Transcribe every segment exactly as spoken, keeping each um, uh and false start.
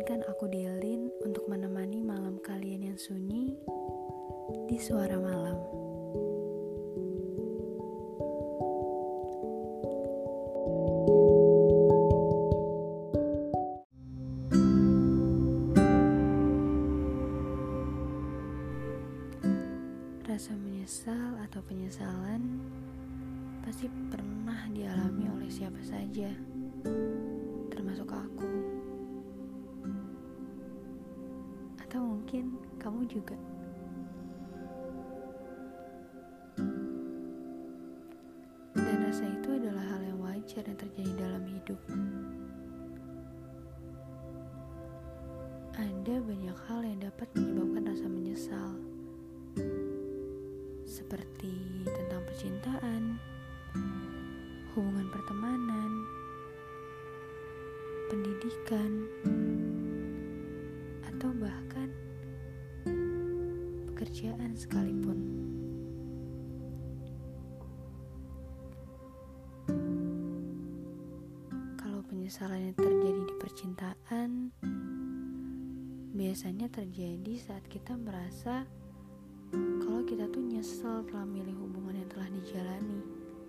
Izinkan aku Delin untuk menemani malam kalian yang sunyi di suara malam. Rasa menyesal atau penyesalan pasti pernah dialami oleh siapa saja, termasuk aku. Atau mungkin kamu juga. Dan rasa itu adalah hal yang wajar yang terjadi dalam hidup. Ada banyak hal yang dapat menyebabkan rasa menyesal, seperti tentang percintaan, hubungan pertemanan, pendidikan, atau bahkan pekerjaan sekalipun. Kalau penyesalan yang terjadi di percintaan, biasanya terjadi saat kita merasa kalau kita tuh nyesel telah milih hubungan yang telah dijalani.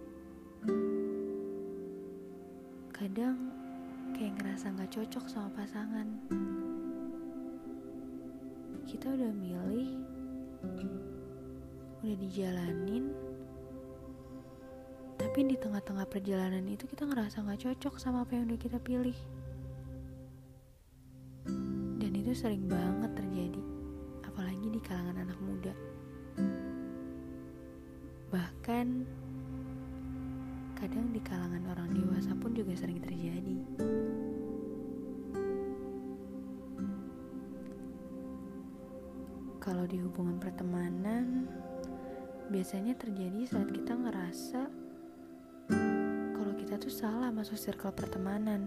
Kadang kayak ngerasa gak cocok sama pasangan. Kita udah milih, udah dijalanin, tapi di tengah-tengah perjalanan itu kita ngerasa gak cocok sama apa yang udah kita pilih. Dan itu sering banget terjadi, apalagi di kalangan anak muda. Bahkan kadang di kalangan orang dewasa pun juga sering terjadi. Kalau di hubungan pertemanan, biasanya terjadi saat kita ngerasa kalau kita tuh salah masuk circle pertemanan.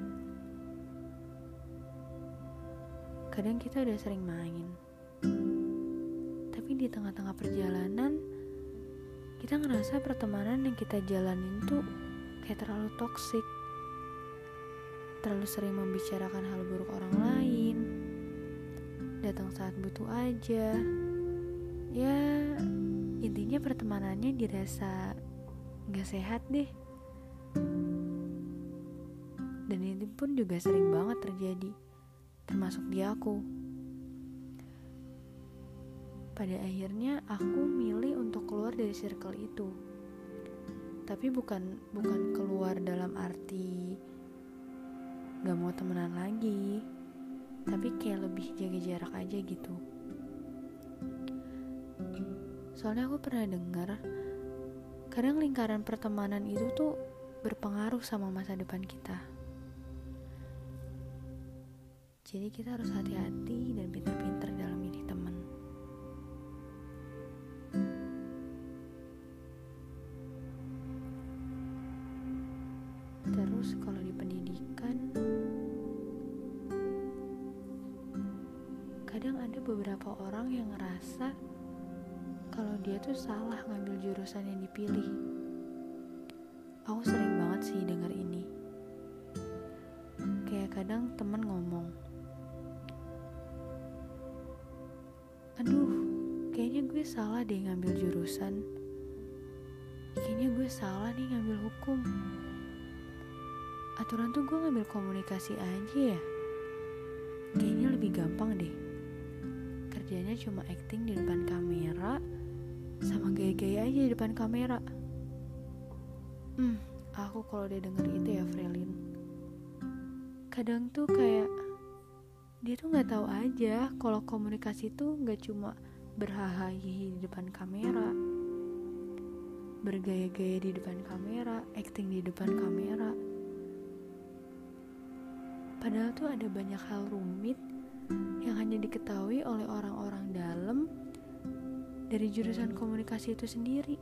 Kadang kita udah sering main, tapi di tengah-tengah perjalanan kita ngerasa pertemanan yang kita jalanin tuh kayak terlalu toksik, terlalu sering membicarakan hal buruk orang lain, datang saat butuh aja. Ya, intinya pertemanannya dirasa gak sehat deh. Dan ini pun juga sering banget terjadi, termasuk di aku. Pada akhirnya aku milih untuk keluar dari circle itu. Tapi bukan bukan keluar dalam arti gak mau temenan lagi, tapi kayak lebih jaga jarak aja gitu. Soalnya aku pernah dengar kadang lingkaran pertemanan itu tuh berpengaruh sama masa depan kita. Jadi kita harus hati-hati dan pintar-pintar dalam milih teman. Terus kalau di pendidikan, kadang ada beberapa orang yang ngerasa kalau dia tuh salah ngambil jurusan yang dipilih. Aku sering banget sih denger ini. Kayak kadang teman ngomong, aduh, kayaknya gue salah deh ngambil jurusan. Kayaknya gue salah nih ngambil hukum. Aturan tuh gue ngambil komunikasi aja ya. Kayaknya lebih gampang deh. Kerjanya cuma acting di depan kamera, sama gaya-gaya aja di depan kamera. Hmm, aku kalau udah denger itu ya Frelin, kadang tuh kayak dia tuh nggak tahu aja kalau komunikasi tuh nggak cuma berhahaha di depan kamera, bergaya-gaya di depan kamera, acting di depan kamera. Padahal tuh ada banyak hal rumit yang hanya diketahui oleh orang-orang dalam dari jurusan komunikasi itu sendiri.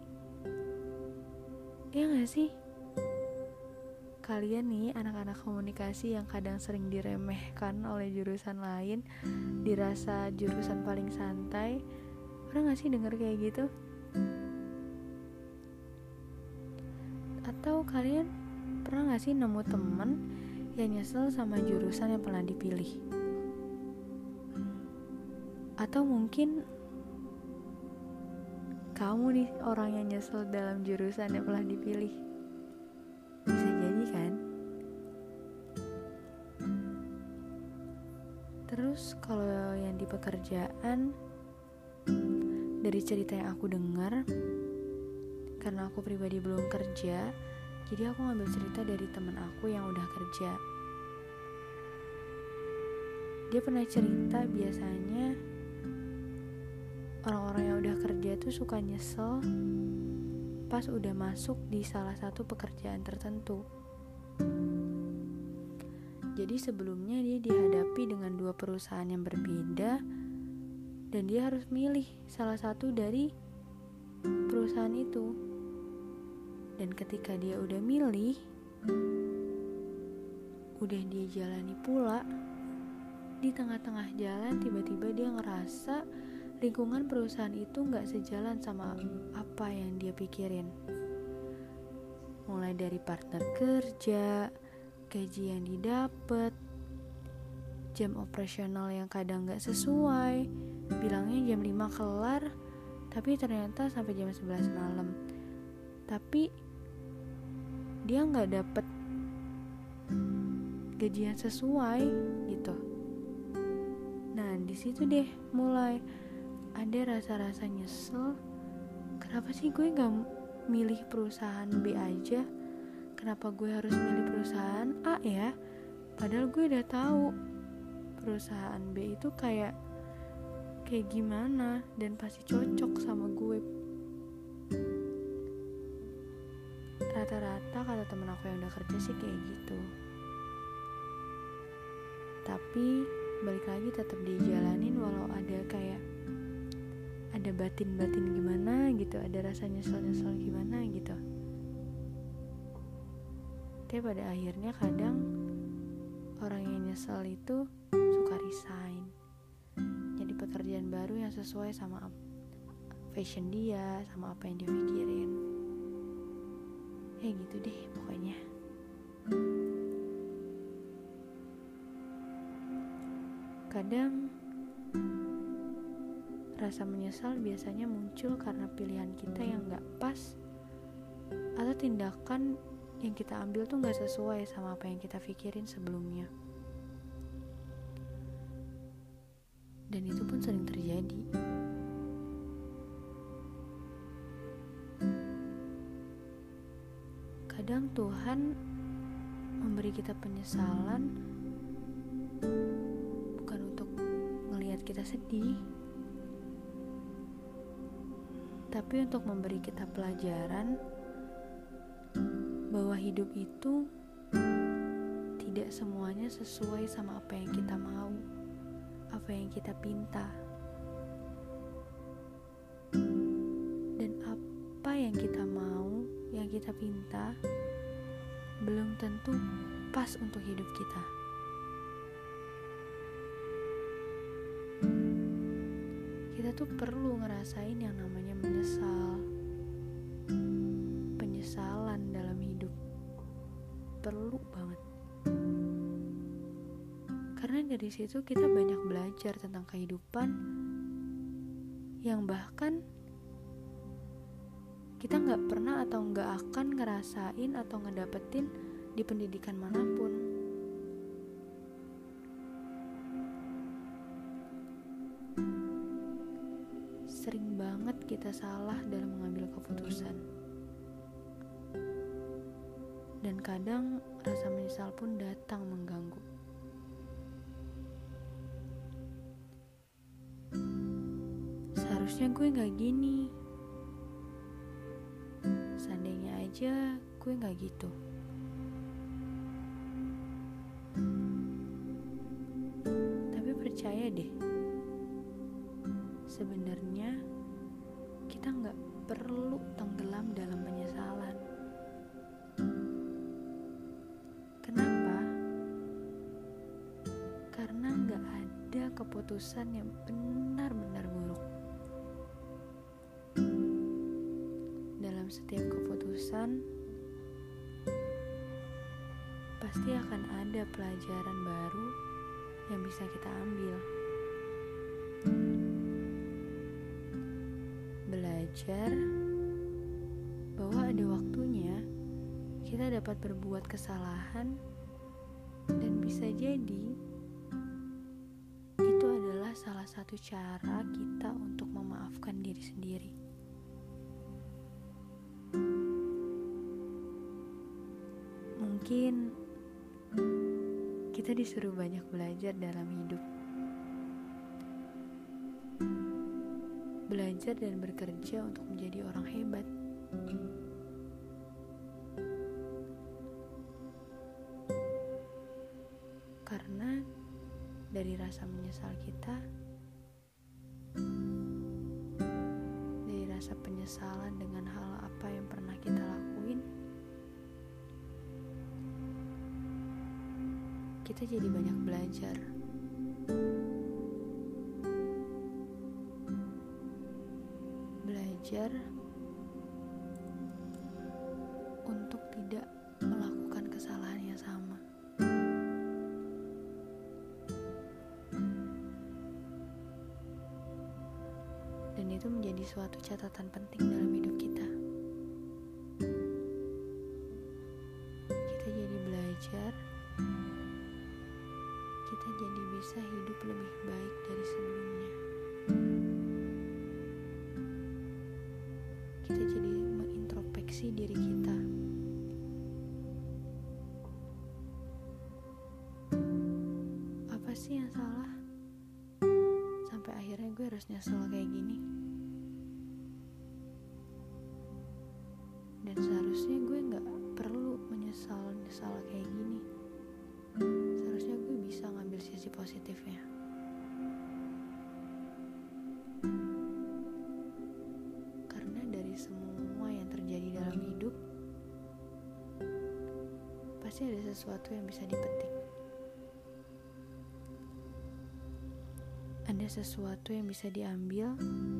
Ya gak sih? Kalian nih anak-anak komunikasi yang kadang sering diremehkan oleh jurusan lain, dirasa jurusan paling santai, pernah gak sih denger kayak gitu? Atau kalian pernah gak sih nemu temen yang nyesel sama jurusan yang pernah dipilih? Atau mungkin kamu nih orang yang nyesel dalam jurusan yang pernah dipilih. Bisa jadi kan? Terus kalau yang di pekerjaan, dari cerita yang aku dengar, karena aku pribadi belum kerja, jadi aku ngambil cerita dari teman aku yang udah kerja. Dia pernah cerita biasanya orang-orang yang udah kerja tuh suka nyesel pas udah masuk di salah satu pekerjaan tertentu. Jadi sebelumnya dia dihadapi dengan dua perusahaan yang berbeda, dan dia harus milih salah satu dari perusahaan itu. Dan ketika dia udah milih, udah dia jalani pula, di tengah-tengah jalan tiba-tiba dia ngerasa lingkungan perusahaan itu gak sejalan sama apa yang dia pikirin. Mulai dari partner kerja, gaji yang didapat, jam operasional yang kadang gak sesuai, bilangnya jam lima kelar, tapi ternyata sampai jam sebelas malam. Tapi dia gak dapet gaji yang sesuai gitu. Nah di situ deh mulai ada rasa-rasa nyesel. Kenapa sih gue gak milih perusahaan B aja? Kenapa gue harus milih perusahaan A ya? Padahal gue udah tahu perusahaan B itu kayak kayak gimana dan pasti cocok sama gue. Rata-rata kata temen aku yang udah kerja sih kayak gitu. Tapi balik lagi tetap dijalanin walau ada kayak ada batin-batin gimana gitu, ada rasa nyesel-nyesel gimana gitu. Tapi pada akhirnya kadang orang yang nyesel itu suka resign, jadi pekerjaan baru yang sesuai sama fashion dia, sama apa yang dia pikirin. Ya gitu deh pokoknya. Kadang rasa menyesal biasanya muncul karena pilihan kita yang gak pas, atau tindakan yang kita ambil tuh gak sesuai sama apa yang kita pikirin sebelumnya. Dan itu pun sering terjadi. Kadang Tuhan memberi kita penyesalan bukan untuk ngelihat kita sedih, tapi untuk memberi kita pelajaran bahwa hidup itu tidak semuanya sesuai sama apa yang kita mau, apa yang kita pinta. Dan apa yang kita mau, yang kita pinta, belum tentu pas untuk hidup kita. Kita tuh perlu ngerasain yang namanya menyesal. Penyesalan dalam hidup perlu banget. Karena dari situ kita banyak belajar tentang kehidupan yang bahkan kita gak pernah atau gak akan ngerasain atau ngedapetin di pendidikan manapun. Sering banget kita salah dalam mengambil keputusan. Dan kadang rasa menyesal pun datang mengganggu. Seharusnya gue gak gini. Seandainya aja gue gak gitu. Tapi percaya deh, sebenarnya kita gak perlu tenggelam dalam penyesalan. Kenapa? Karena gak ada keputusan yang benar-benar buruk. Dalam setiap keputusan pasti akan ada pelajaran baru yang bisa kita ambil. belajar bahwa ada waktunya kita dapat berbuat kesalahan, dan bisa jadi itu adalah salah satu cara kita untuk memaafkan diri sendiri. Mungkin kita disuruh banyak belajar dalam hidup. Belajar dan bekerja untuk menjadi orang hebat. Karena dari rasa menyesal kita, dari rasa penyesalan dengan hal apa yang pernah kita lakuin, kita jadi banyak belajar. Belajar untuk tidak melakukan kesalahan yang sama. Dan itu menjadi suatu catatan penting dalam hidup kita. Kita jadi belajar, kita jadi bisa hidup lebih baik dari sebelumnya. Kita jadi mengintrospeksi diri kita. Apa sih yang salah? Sampai akhirnya gue harus nyesel kayak gini. Dan seharusnya gue gak perlu menyesal-nyesal kayak gini. Seharusnya gue bisa ngambil sisi positifnya. Karena dari semua yang terjadi dalam hidup, pasti ada sesuatu yang bisa dipetik. Ada sesuatu yang bisa diambil.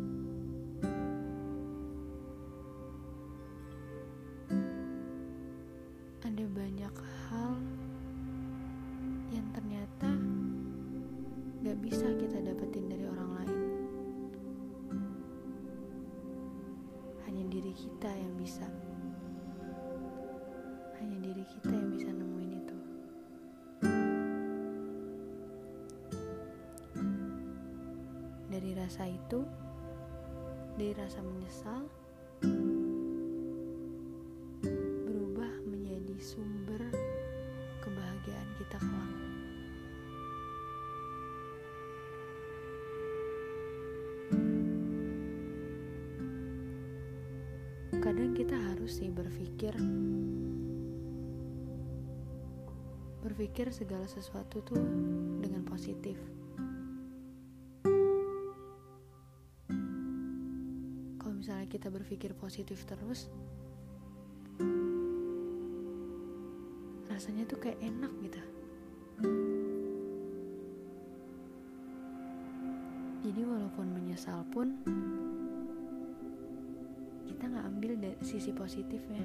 Ada banyak hal yang ternyata gak bisa kita dapetin dari orang lain. Hanya diri kita yang bisa. Hanya diri kita yang bisa nemuin itu. Dari rasa itu, dari rasa menyesal, berubah menjadi sumber kebahagiaan kita kelak. Kadang kita harus sih berpikir Berpikir segala sesuatu tuh dengan positif. Kalau misalnya kita berpikir positif terus, rasanya tuh kayak enak gitu. Jadi walaupun menyesal pun, kita gak ambil dari sisi positifnya.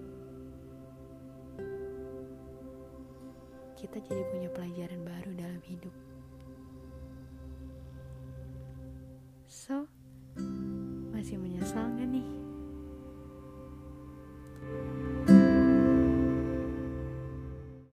Kita jadi punya pelajaran baru dalam hidup. So, masih menyesal gak nih?